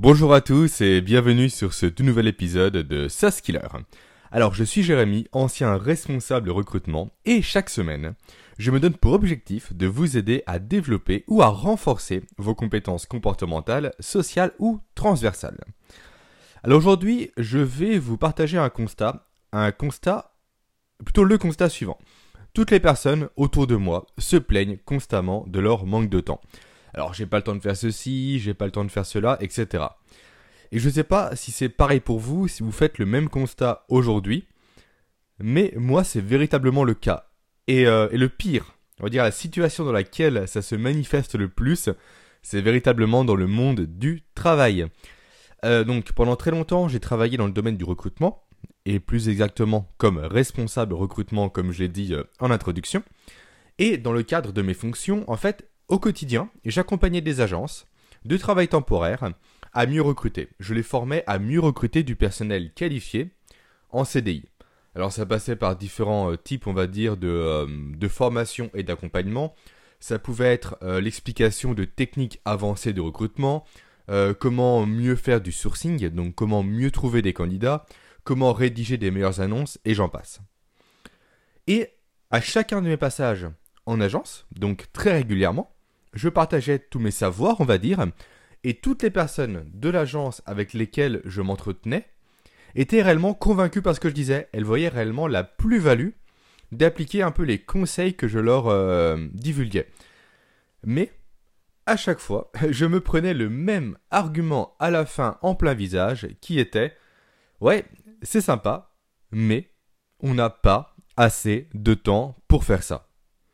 Bonjour à tous et bienvenue sur ce tout nouvel épisode de SaaS Killer. Alors je suis Jérémy, ancien responsable recrutement et chaque semaine, je me donne pour objectif de vous aider à développer ou à renforcer vos compétences comportementales, sociales ou transversales. Alors aujourd'hui, je vais vous partager le constat suivant. Toutes les personnes autour de moi se plaignent constamment de leur manque de temps. Alors, j'ai pas le temps de faire ceci, j'ai pas le temps de faire cela, etc. Et je ne sais pas si c'est pareil pour vous, si vous faites le même constat aujourd'hui, mais moi, c'est véritablement le cas. Et le pire, on va dire la situation dans laquelle ça se manifeste le plus, c'est véritablement dans le monde du travail. Donc, pendant très longtemps, j'ai travaillé dans le domaine du recrutement, et plus exactement comme responsable recrutement, comme je l'ai dit en introduction. Et dans le cadre de mes fonctions, en fait, au quotidien, j'accompagnais des agences de travail temporaire à mieux recruter. Je les formais à mieux recruter du personnel qualifié en CDI. Alors ça passait par différents types, on va dire, de formation et d'accompagnement. Ça pouvait être l'explication de techniques avancées de recrutement, comment mieux faire du sourcing, donc comment mieux trouver des candidats, comment rédiger des meilleures annonces, et j'en passe. Et à chacun de mes passages en agence, donc très régulièrement, je partageais tous mes savoirs, on va dire, et toutes les personnes de l'agence avec lesquelles je m'entretenais étaient réellement convaincues par ce que je disais. Elles voyaient réellement la plus-value d'appliquer un peu les conseils que je leur divulguais. Mais, à chaque fois, je me prenais le même argument à la fin en plein visage qui était « Ouais, c'est sympa, mais on n'a pas assez de temps pour faire ça. »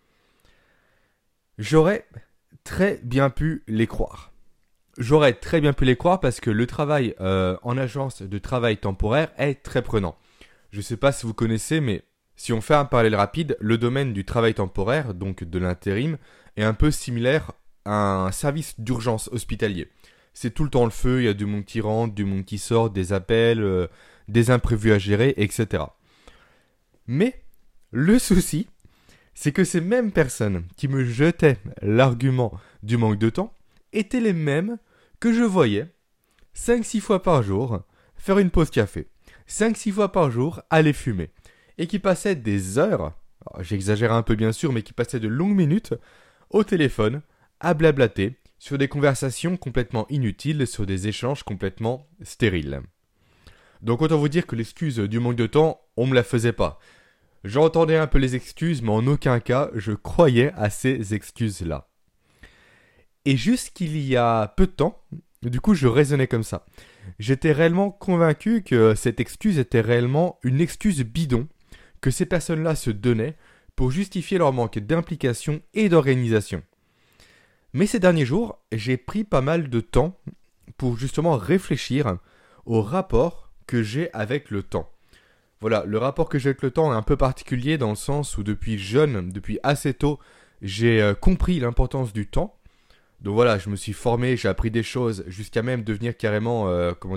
J'aurais très bien pu les croire. J'aurais très bien pu les croire parce que le travail en agence de travail temporaire est très prenant. Je ne sais pas si vous connaissez, mais si on fait un parallèle rapide, le domaine du travail temporaire, donc de l'intérim, est un peu similaire à un service d'urgence hospitalier. C'est tout le temps le feu, il y a du monde qui rentre, du monde qui sort, des appels, des imprévus à gérer, etc. Mais le souci, c'est que ces mêmes personnes qui me jetaient l'argument du manque de temps étaient les mêmes que je voyais 5-6 fois par jour faire une pause café, 5-6 fois par jour aller fumer, et qui passaient des heures, j'exagère un peu bien sûr, mais qui passaient de longues minutes au téléphone à blablater sur des conversations complètement inutiles, sur des échanges complètement stériles. Donc autant vous dire que l'excuse du manque de temps, on me la faisait pas. J'entendais un peu les excuses, mais en aucun cas je croyais à ces excuses-là. Et jusqu'il y a peu de temps, du coup je raisonnais comme ça. J'étais réellement convaincu que cette excuse était réellement une excuse bidon que ces personnes-là se donnaient pour justifier leur manque d'implication et d'organisation. Mais ces derniers jours, j'ai pris pas mal de temps pour justement réfléchir au rapport que j'ai avec le temps. Voilà, le rapport que j'ai avec le temps est un peu particulier dans le sens où depuis jeune, depuis assez tôt, j'ai compris l'importance du temps. Donc voilà, je me suis formé, j'ai appris des choses jusqu'à même devenir carrément,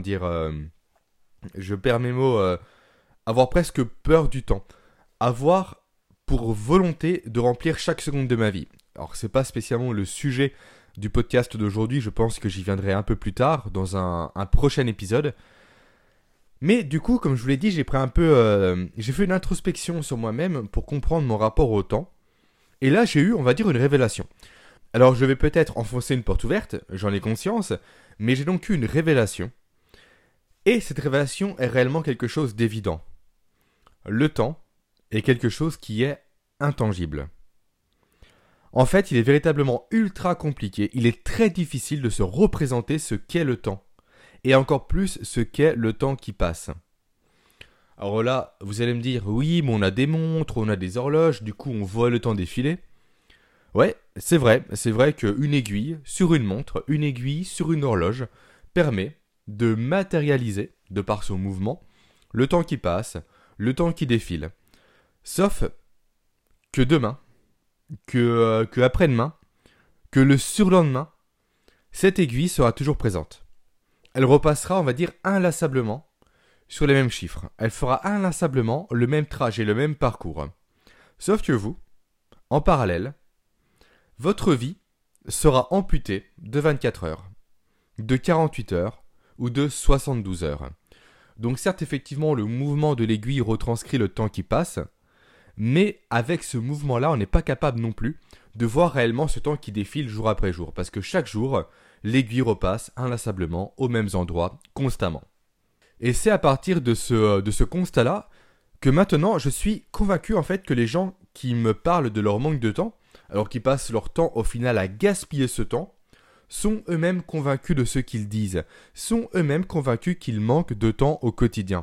je perds mes mots, avoir presque peur du temps. Avoir pour volonté de remplir chaque seconde de ma vie. Alors c'est pas spécialement le sujet du podcast d'aujourd'hui, je pense que j'y viendrai un peu plus tard dans un prochain épisode. Mais du coup, comme je vous l'ai dit, j'ai fait une introspection sur moi-même pour comprendre mon rapport au temps. Et là, j'ai eu, on va dire, une révélation. Alors, je vais peut-être enfoncer une porte ouverte, j'en ai conscience, mais j'ai donc eu une révélation. Et cette révélation est réellement quelque chose d'évident. Le temps est quelque chose qui est intangible. En fait, il est véritablement ultra compliqué, il est très difficile de se représenter ce qu'est le temps. Et encore plus ce qu'est le temps qui passe. Alors là, vous allez me dire, oui, mais on a des montres, on a des horloges, du coup on voit le temps défiler. Ouais, c'est vrai qu'une aiguille sur une montre, une aiguille sur une horloge, permet de matérialiser, de par son mouvement, le temps qui passe, le temps qui défile. Sauf que demain, que après-demain, que le surlendemain, cette aiguille sera toujours présente. Elle repassera, on va dire, inlassablement sur les mêmes chiffres. Elle fera inlassablement le même trajet, le même parcours. Sauf que vous, en parallèle, votre vie sera amputée de 24 heures, de 48 heures, ou de 72 heures. Donc certes, effectivement, le mouvement de l'aiguille retranscrit le temps qui passe, mais avec ce mouvement-là, on n'est pas capable non plus de voir réellement ce temps qui défile jour après jour, parce que chaque jour, l'aiguille repasse inlassablement aux mêmes endroits, constamment. Et c'est à partir de ce constat-là que maintenant, je suis convaincu en fait que les gens qui me parlent de leur manque de temps, alors qu'ils passent leur temps au final à gaspiller ce temps, sont eux-mêmes convaincus de ce qu'ils disent, sont eux-mêmes convaincus qu'ils manquent de temps au quotidien.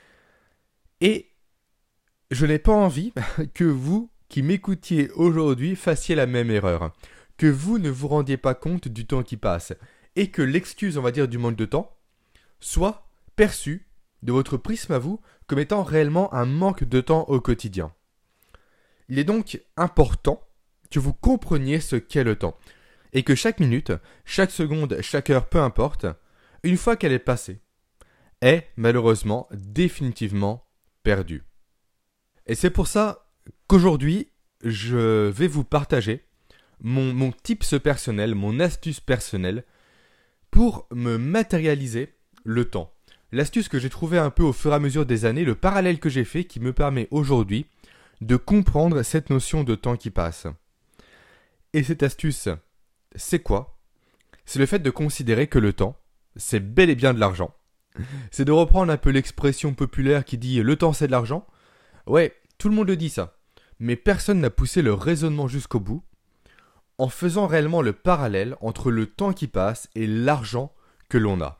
Et je n'ai pas envie que vous, qui m'écoutiez aujourd'hui, fassiez la même erreur, que vous ne vous rendiez pas compte du temps qui passe, et que l'excuse, on va dire, du manque de temps, soit perçue, de votre prisme à vous, comme étant réellement un manque de temps au quotidien. Il est donc important que vous compreniez ce qu'est le temps, et que chaque minute, chaque seconde, chaque heure, peu importe, une fois qu'elle est passée, est malheureusement définitivement perdue. Et c'est pour ça qu'aujourd'hui, je vais vous partager mon tips personnel, mon astuce personnelle pour me matérialiser le temps. L'astuce que j'ai trouvée un peu au fur et à mesure des années, le parallèle que j'ai fait qui me permet aujourd'hui de comprendre cette notion de temps qui passe. Et cette astuce, c'est quoi ? C'est le fait de considérer que le temps, c'est bel et bien de l'argent. C'est de reprendre un peu l'expression populaire qui dit « le temps c'est de l'argent ». Ouais, tout le monde le dit ça. Mais personne n'a poussé le raisonnement jusqu'au bout en faisant réellement le parallèle entre le temps qui passe et l'argent que l'on a.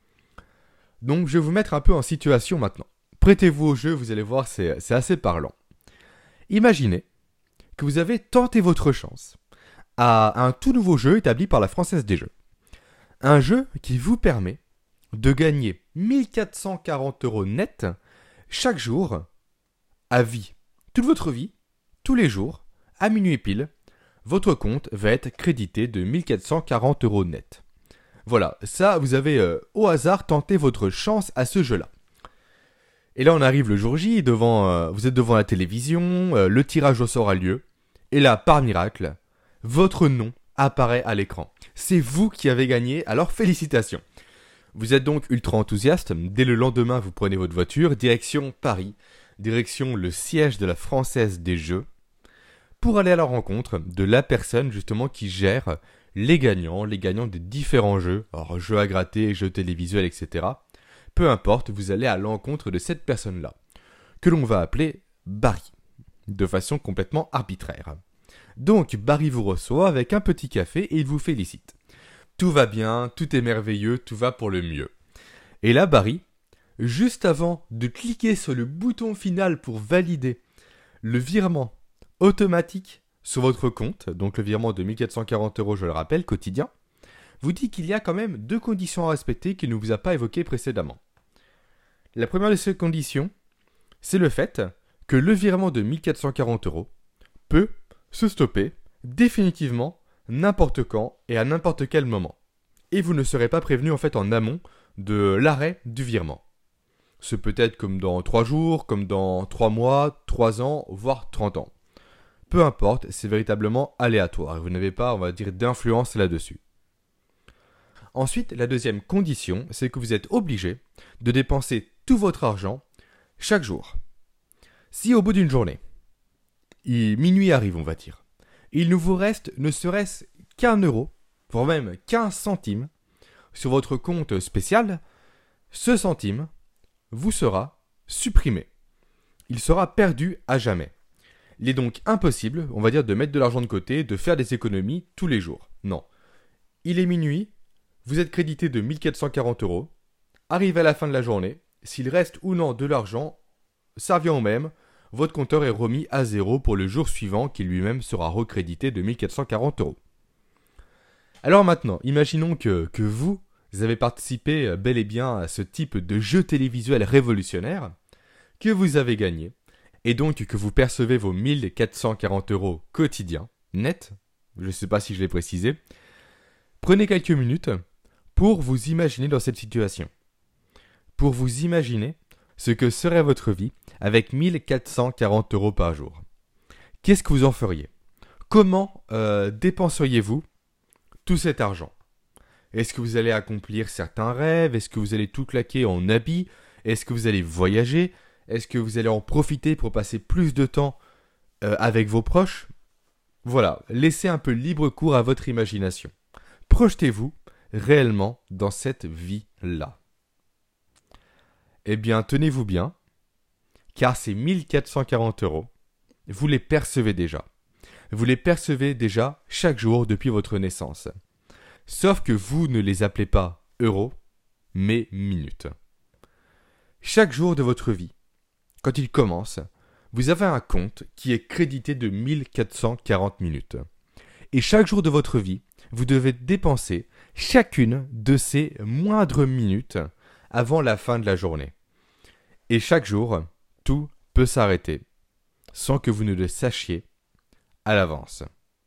Donc je vais vous mettre un peu en situation maintenant. Prêtez-vous au jeu, vous allez voir, c'est assez parlant. Imaginez que vous avez tenté votre chance à un tout nouveau jeu établi par la Française des Jeux. Un jeu qui vous permet de gagner 1440 € net chaque jour à vie. Toute votre vie, tous les jours, à minuit pile, votre compte va être crédité de 1440 € net. Voilà, ça vous avez au hasard tenté votre chance à ce jeu-là. Et là on arrive le jour J, vous êtes devant la télévision, le tirage au sort a lieu, et là par miracle, votre nom apparaît à l'écran. C'est vous qui avez gagné, alors félicitations. Vous êtes donc ultra enthousiaste, dès le lendemain vous prenez votre voiture, direction Paris, direction le siège de la Française des Jeux, pour aller à la rencontre de la personne justement qui gère les gagnants des différents jeux, alors jeux à gratter, jeux télévisuels, etc. Peu importe, vous allez à l'encontre de cette personne-là, que l'on va appeler Barry, de façon complètement arbitraire. Donc Barry vous reçoit avec un petit café et il vous félicite. Tout va bien, tout est merveilleux, tout va pour le mieux. Et là Barry, juste avant de cliquer sur le bouton final pour valider le virement automatique sur votre compte, donc le virement de 1440 €, je le rappelle, quotidien, vous dit qu'il y a quand même 2 conditions à respecter qu'il ne vous a pas évoquées précédemment. La première de ces conditions, c'est le fait que le virement de 1440 € peut se stopper définitivement n'importe quand et à n'importe quel moment. Et vous ne serez pas prévenu en fait en amont de l'arrêt du virement. Ce peut être comme dans 3 jours, comme dans 3 mois, 3 ans, voire 30 ans. Peu importe, c'est véritablement aléatoire. Vous n'avez pas, on va dire, d'influence là-dessus. Ensuite, la deuxième condition, c'est que vous êtes obligé de dépenser tout votre argent chaque jour. Si au bout d'une journée, minuit arrive, on va dire, il ne vous reste ne serait-ce qu'1 euro, voire même 15 centimes, sur votre compte spécial, ce centime vous sera supprimé. Il sera perdu à jamais. Il est donc impossible, on va dire, de mettre de l'argent de côté, de faire des économies tous les jours. Non. Il est minuit, vous êtes crédité de 1440 €, arrivé à la fin de la journée, s'il reste ou non de l'argent, ça revient au même, votre compteur est remis à zéro pour le jour suivant qui lui-même sera recrédité de 1440 €. Alors maintenant, imaginons que vous avez participé bel et bien à ce type de jeu télévisuel révolutionnaire, que vous avez gagné, et donc que vous percevez vos 1440 € quotidiens, net, je ne sais pas si je l'ai précisé. Prenez quelques minutes pour vous imaginer dans cette situation. Pour vous imaginer ce que serait votre vie avec 1440 € par jour. Qu'est-ce que vous en feriez ? Comment dépenseriez-vous tout cet argent ? Est-ce que vous allez accomplir certains rêves? Est-ce que vous allez tout claquer en habits? Est-ce que vous allez voyager? Est-ce que vous allez en profiter pour passer plus de temps avec vos proches? Voilà, laissez un peu libre cours à votre imagination. Projetez-vous réellement dans cette vie-là. Eh bien, tenez-vous bien, car ces 1440 euros, vous les percevez déjà. Vous les percevez déjà chaque jour depuis votre naissance. Sauf que vous ne les appelez pas euros, mais minutes. Chaque jour de votre vie, quand il commence, vous avez un compte qui est crédité de 1440 minutes. Et chaque jour de votre vie, vous devez dépenser chacune de ces moindres minutes avant la fin de la journée. Et chaque jour, tout peut s'arrêter sans que vous ne le sachiez à l'avance.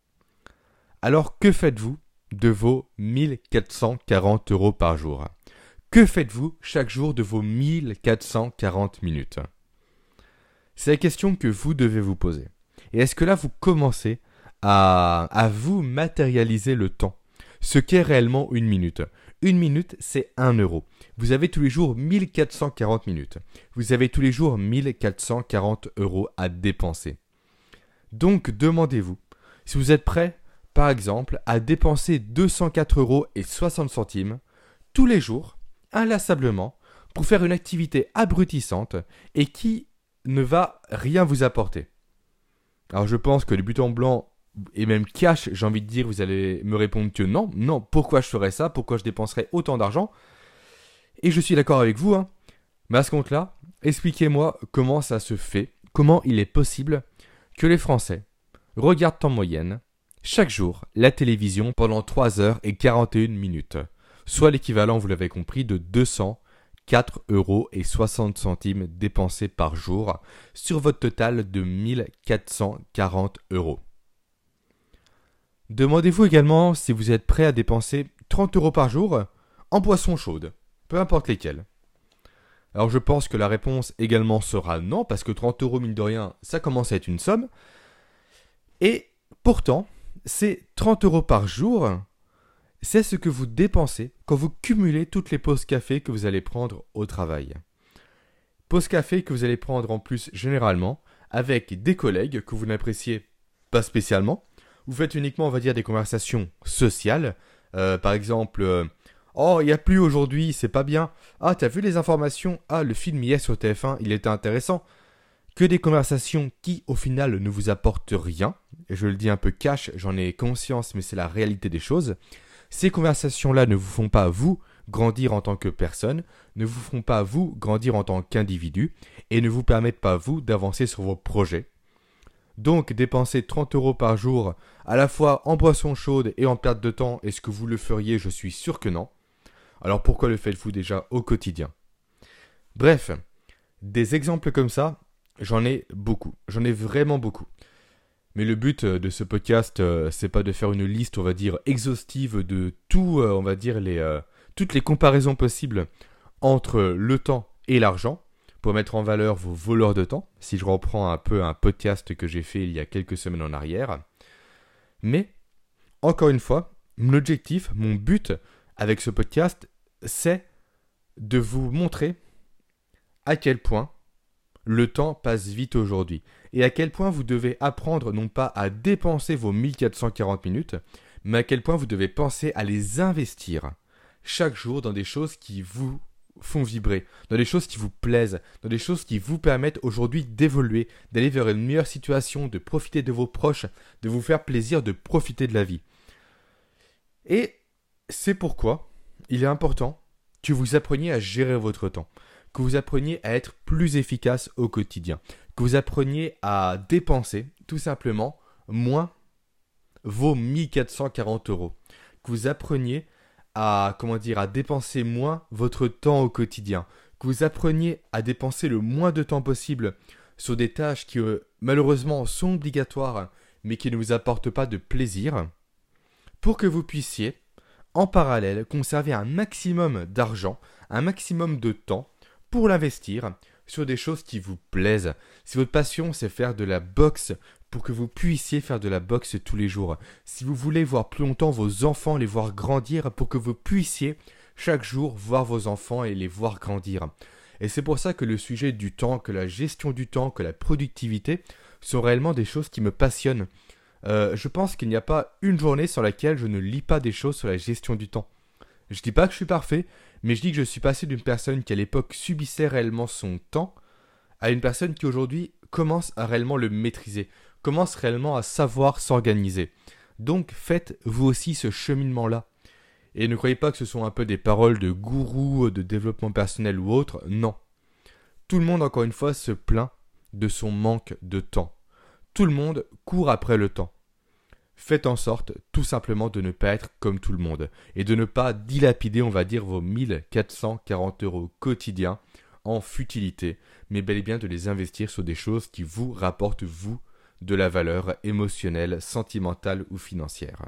Alors que faites-vous de vos 1440 euros par jour? Que faites-vous chaque jour de vos 1440 minutes? C'est la question que vous devez vous poser. Et est-ce que là, vous commencez à vous matérialiser le temps? Ce qu'est réellement une minute. Une minute, c'est 1 euro. Vous avez tous les jours 1440 minutes. Vous avez tous les jours 1440 euros à dépenser. Donc, demandez-vous, si vous êtes prêt, par exemple, à dépenser 204 euros et 60 centimes tous les jours, inlassablement, pour faire une activité abrutissante et qui ne va rien vous apporter. Alors je pense que les buts en blanc et même cash, j'ai envie de dire, vous allez me répondre que non, pourquoi je ferais ça, pourquoi je dépenserais autant d'argent? Et je suis d'accord avec vous, hein. Mais à ce compte-là, expliquez-moi comment ça se fait, comment il est possible que les Français regardent en moyenne chaque jour la télévision pendant 3 heures et 41 minutes, soit l'équivalent, vous l'avez compris, de 204 euros et 60 centimes dépensés par jour sur votre total de 1440 euros. Demandez-vous également si vous êtes prêt à dépenser 30 euros par jour en boissons chaudes, peu importe lesquelles. Alors je pense que la réponse également sera non, parce que 30 euros mine de rien, ça commence à être une somme. Et pourtant, ces 30 euros par jour, c'est ce que vous dépensez quand vous cumulez toutes les pauses café que vous allez prendre au travail. Pauses café que vous allez prendre en plus généralement avec des collègues que vous n'appréciez pas spécialement. Vous faites uniquement, on va dire, des conversations sociales. Par exemple, oh, il n'y a plus aujourd'hui, c'est pas bien. Ah, t'as vu les informations? Ah, le film hier sur TF1, il était intéressant. Que des conversations qui, au final, ne vous apportent rien. Et je le dis un peu cash, j'en ai conscience, mais c'est la réalité des choses. Ces conversations-là ne vous font pas, vous, grandir en tant que personne, ne vous font pas, vous, grandir en tant qu'individu, et ne vous permettent pas, vous, d'avancer sur vos projets. Donc, dépenser 30 euros par jour, à la fois en boisson chaude et en perte de temps, est-ce que vous le feriez? Je suis sûr que non. Alors pourquoi le faites-vous déjà au quotidien? Bref, des exemples comme ça, j'en ai beaucoup. J'en ai vraiment beaucoup. Mais le but de ce podcast, c'est pas de faire une liste, on va dire, exhaustive de tout, on va dire, toutes les comparaisons possibles entre le temps et l'argent, pour mettre en valeur vos voleurs de temps, si je reprends un peu un podcast que j'ai fait il y a quelques semaines en arrière. Mais, encore une fois, mon objectif, mon but avec ce podcast, c'est de vous montrer à quel point le temps passe vite aujourd'hui et à quel point vous devez apprendre non pas à dépenser vos 1440 minutes, mais à quel point vous devez penser à les investir chaque jour dans des choses qui vous font vibrer, dans des choses qui vous plaisent, dans des choses qui vous permettent aujourd'hui d'évoluer, d'aller vers une meilleure situation, de profiter de vos proches, de vous faire plaisir, de profiter de la vie. Et c'est pourquoi il est important que vous appreniez à gérer votre temps, que vous appreniez à être plus efficace au quotidien, que vous appreniez à dépenser tout simplement moins vos 1440 euros, que vous appreniez à dépenser moins votre temps au quotidien, que vous appreniez à dépenser le moins de temps possible sur des tâches qui malheureusement sont obligatoires mais qui ne vous apportent pas de plaisir, pour que vous puissiez en parallèle conserver un maximum d'argent, un maximum de temps pour l'investir sur des choses qui vous plaisent. Si votre passion c'est faire de la boxe, pour que vous puissiez faire de la boxe tous les jours. Si vous voulez voir plus longtemps vos enfants, les voir grandir, pour que vous puissiez chaque jour voir vos enfants et les voir grandir. Et c'est pour ça que le sujet du temps, que la gestion du temps, que la productivité sont réellement des choses qui me passionnent. Je pense qu'il n'y a pas une journée sur laquelle je ne lis pas des choses sur la gestion du temps. Je dis pas que je suis parfait, mais je dis que je suis passé d'une personne qui à l'époque subissait réellement son temps à une personne qui aujourd'hui commence à réellement le maîtriser, commence réellement à savoir s'organiser. Donc faites vous aussi ce cheminement-là. Et ne croyez pas que ce sont un peu des paroles de gourou, de développement personnel ou autre, non. Tout le monde, encore une fois, se plaint de son manque de temps. Tout le monde court après le temps. Faites en sorte, tout simplement, de ne pas être comme tout le monde et de ne pas dilapider, on va dire, vos 1440 € quotidiens en futilité, mais bel et bien de les investir sur des choses qui vous rapportent, vous, de la valeur émotionnelle, sentimentale ou financière.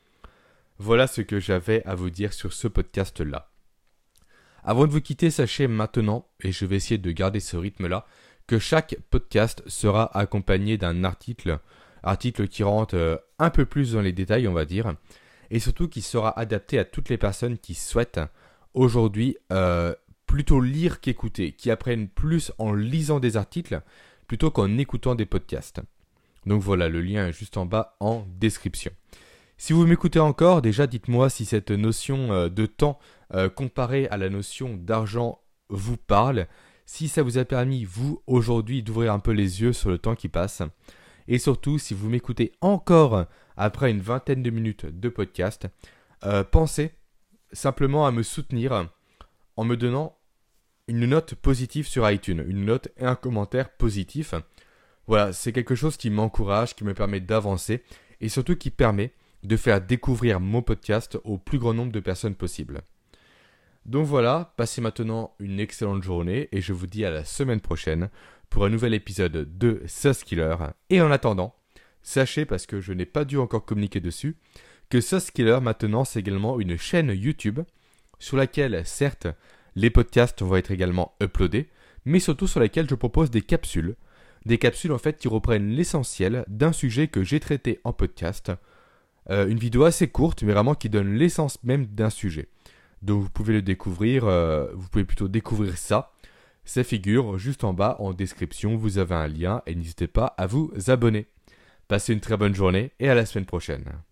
Voilà ce que j'avais à vous dire sur ce podcast-là. Avant de vous quitter, sachez maintenant, et je vais essayer de garder ce rythme-là, que chaque podcast sera accompagné d'un article qui rentre un peu plus dans les détails, on va dire, et surtout qui sera adapté à toutes les personnes qui souhaitent aujourd'hui plutôt lire qu'écouter, qui apprennent plus en lisant des articles plutôt qu'en écoutant des podcasts. Donc voilà, le lien est juste en bas en description. Si vous m'écoutez encore, déjà dites-moi si cette notion de temps comparée à la notion d'argent vous parle, si ça vous a permis, vous, aujourd'hui, d'ouvrir un peu les yeux sur le temps qui passe. Et surtout, si vous m'écoutez encore après une vingtaine de minutes de podcast, pensez simplement à me soutenir en me donnant une note positive sur iTunes, une note et un commentaire positif. Voilà, c'est quelque chose qui m'encourage, qui me permet d'avancer et surtout qui permet de faire découvrir mon podcast au plus grand nombre de personnes possible. Donc voilà, passez maintenant une excellente journée et je vous dis à la semaine prochaine pour un nouvel épisode de Sauce Killer. Et en attendant, sachez, parce que je n'ai pas dû encore communiquer dessus, que Sauce Killer maintenant c'est également une chaîne YouTube sur laquelle certes les podcasts vont être également uploadés, mais surtout sur laquelle je propose des capsules en fait qui reprennent l'essentiel d'un sujet que j'ai traité en podcast. Une vidéo assez courte, mais vraiment qui donne l'essence même d'un sujet. Donc vous pouvez le découvrir, vous pouvez plutôt découvrir ça. Ça figure juste en bas en description, vous avez un lien et n'hésitez pas à vous abonner. Passez une très bonne journée et à la semaine prochaine.